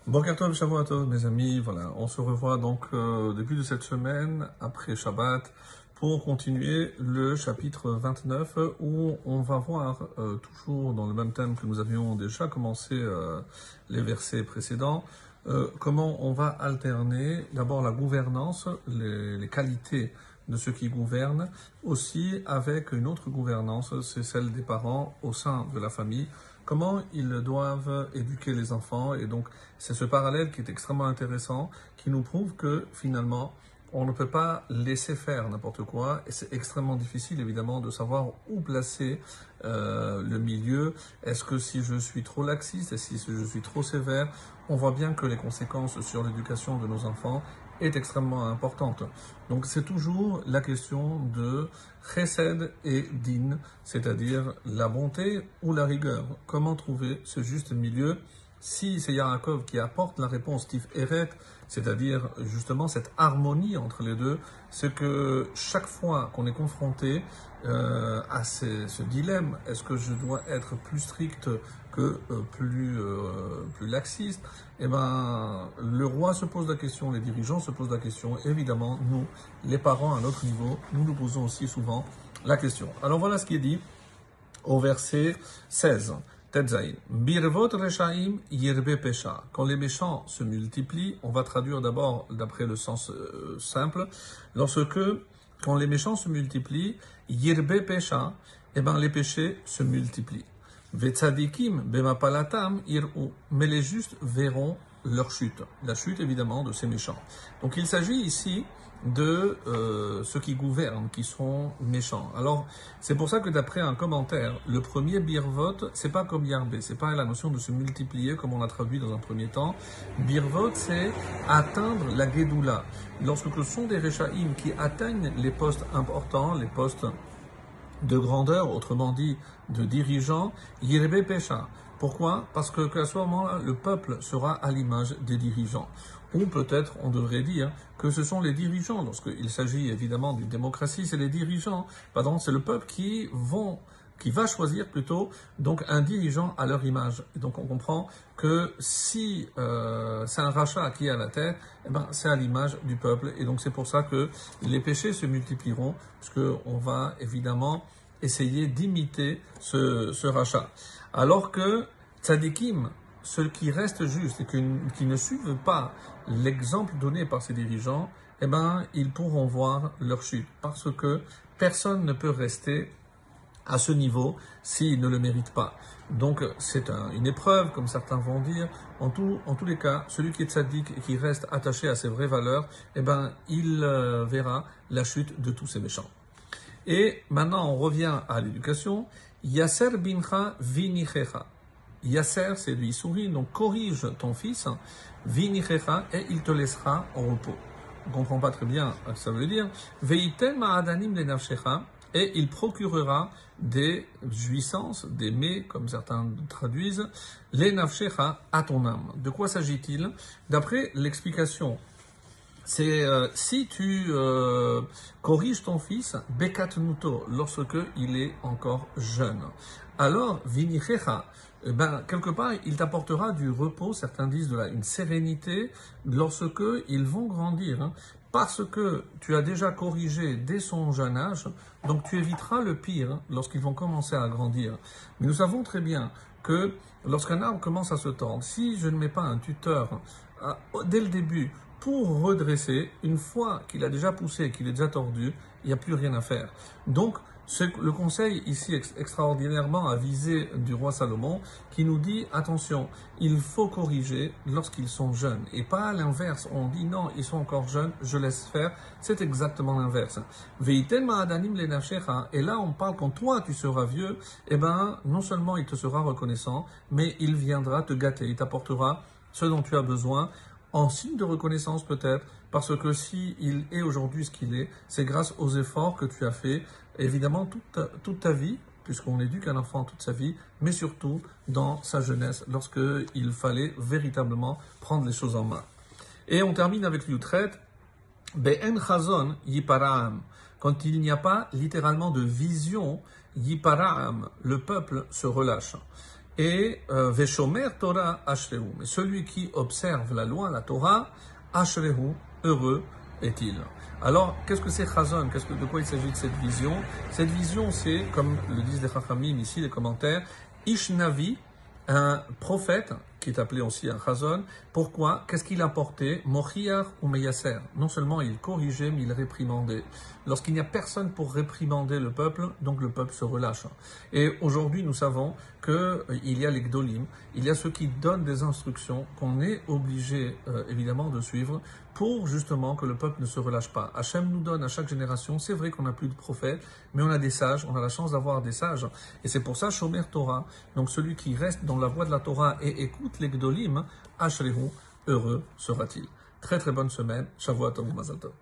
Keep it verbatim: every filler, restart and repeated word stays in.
Boker Tov, Shavua Tov, mes amis, voilà, on se revoit donc euh, au début de cette semaine, après Shabbat, pour continuer le chapitre vingt-neuf, où on va voir, euh, toujours dans le même thème que nous avions déjà commencé euh, les versets précédents, euh, comment on va alterner d'abord la gouvernance, les, les qualités de ceux qui gouvernent, aussi avec une autre gouvernance, c'est celle des parents au sein de la famille, comment ils doivent éduquer les enfants. Et donc, c'est ce parallèle qui est extrêmement intéressant, qui nous prouve que finalement, on ne peut pas laisser faire n'importe quoi, et c'est extrêmement difficile évidemment de savoir où placer euh, le milieu. Est-ce que si je suis trop laxiste, et si je suis trop sévère, on voit bien que les conséquences sur l'éducation de nos enfants est extrêmement importante. Donc c'est toujours la question de chesed et din, c'est-à-dire la bonté ou la rigueur. Comment trouver ce juste milieu? Si c'est Yaakov qui apporte la réponse tif eret, c'est-à-dire justement cette harmonie entre les deux, c'est que chaque fois qu'on est confronté euh, à ces, ce dilemme, est-ce que je dois être plus strict que euh, plus, euh, plus laxiste? Eh ben, le roi se pose la question, les dirigeants se posent la question, évidemment, nous, les parents à notre niveau, nous nous posons aussi souvent la question. Alors voilà ce qui est dit au verset seize. Tetzaïn. Birvot reshaim yirbe pesha. Quand les méchants se multiplient, on va traduire d'abord d'après le sens euh, simple. Lorsque, quand les méchants se multiplient, yirbe pesha, eh ben les péchés se multiplient. Vetzadikim bemapalatam ir'u. Mais les justes verront leur chute. La chute évidemment de ces méchants. Donc il s'agit ici de euh, ceux qui gouvernent, qui sont méchants. Alors, c'est pour ça que d'après un commentaire, le premier birvot, c'est pas comme yarbé, c'est pas la notion de se multiplier comme on l'a traduit dans un premier temps. Birvot, c'est atteindre la Gédoula. Lorsque ce sont des Réchaïm qui atteignent les postes importants, les postes de grandeur, autrement dit de dirigeants, yirbe pesha. Pourquoi? Parce que qu'à ce moment-là, le peuple sera à l'image des dirigeants. Ou peut-être, on devrait dire que ce sont les dirigeants, lorsqu'il s'agit évidemment d'une démocratie, c'est les dirigeants, pardon, c'est le peuple qui vont, qui va choisir plutôt donc un dirigeant à leur image. Et donc on comprend que si euh, c'est un rachat qui est à la tête, eh ben c'est à l'image du peuple. Et donc c'est pour ça que les péchés se multiplieront, puisqu'on va évidemment essayer d'imiter ce, ce rachat. Alors que tzadikim, ceux qui restent justes et qui ne suivent pas l'exemple donné par ces dirigeants, eh ben, ils pourront voir leur chute. Parce que personne ne peut rester à ce niveau s'il ne le mérite pas. Donc, c'est un, une épreuve, comme certains vont dire. En, tout, en tous les cas, celui qui est tzaddik et qui reste attaché à ses vraies valeurs, eh ben, il euh, verra la chute de tous ces méchants. Et maintenant, on revient à l'éducation. Yasser bincha vinichecha. Yasser, c'est lui, sourit, donc corrige ton fils, vinichecha, et il te laissera en repos. On ne comprend pas très bien ce que ça veut dire. Veiten ma'adanim lenafshecha, et il procurera des jouissances, des mets, comme certains traduisent, lenafshecha, à ton âme. De quoi s'agit-il? D'après l'explication, c'est euh, si tu euh, corriges ton fils, bekat nuto, lorsque il est encore jeune. Alors, vinichecha, eh ben, quelque part, il t'apportera du repos, certains disent de la, une sérénité, lorsque ils vont grandir. Hein, parce que tu as déjà corrigé dès son jeune âge, donc tu éviteras le pire lorsqu'ils vont commencer à grandir. Mais nous savons très bien que lorsqu'un arbre commence à se tordre, si je ne mets pas un tuteur euh, dès le début pour redresser, une fois qu'il a déjà poussé, qu'il est déjà tordu, il n'y a plus rien à faire. Donc, c'est le conseil ici ex extraordinairement avisé du roi Salomon qui nous dit, attention, il faut corriger lorsqu'ils sont jeunes et pas à l'inverse. On dit non, ils sont encore jeunes, je laisse faire. C'est exactement l'inverse. Et là, on parle quand toi tu seras vieux, eh ben, non seulement il te sera reconnaissant, mais il viendra te gâter, il t'apportera ce dont tu as besoin, en signe de reconnaissance peut-être, parce que si il est aujourd'hui ce qu'il est, c'est grâce aux efforts que tu as fait, évidemment toute ta, toute ta vie, puisqu'on éduque un enfant toute sa vie, mais surtout dans sa jeunesse, lorsqu'il fallait véritablement prendre les choses en main. Et on termine avec l'Utret, Be'en chazon yiparaam, quand il n'y a pas littéralement de vision, yiparaam, le peuple se relâche. Et euh, Veshomer Torah Ashrehu. Mais celui qui observe la loi, la Torah, Ashrehu, heureux est-il. Alors, qu'est-ce que c'est Chazon? Qu'est-ce que, de quoi il s'agit de cette vision? Cette vision, c'est, comme le disent les Chachamim ici, les commentaires, Ishnavi, un prophète, qui est appelé aussi un Chazon. Pourquoi? Qu'est-ce qu'il apportait? Mochiar ou Meyaser. Non seulement il corrigeait, mais il réprimandait. Lorsqu'il n'y a personne pour réprimander le peuple, donc le peuple se relâche. Et aujourd'hui, nous savons qu'il y a les Gdolim, il y a ceux qui donnent des instructions qu'on est obligé, euh, évidemment, de suivre pour justement que le peuple ne se relâche pas. Hachem nous donne à chaque génération, c'est vrai qu'on n'a plus de prophètes, mais on a des sages, on a la chance d'avoir des sages. Et c'est pour ça, Shomer Torah, donc celui qui reste dans la voie de la Torah et écoute les Gdolim, Ashrehu, heureux sera-t-il. Très très bonne semaine, Shavuot Tov Mazal Tov.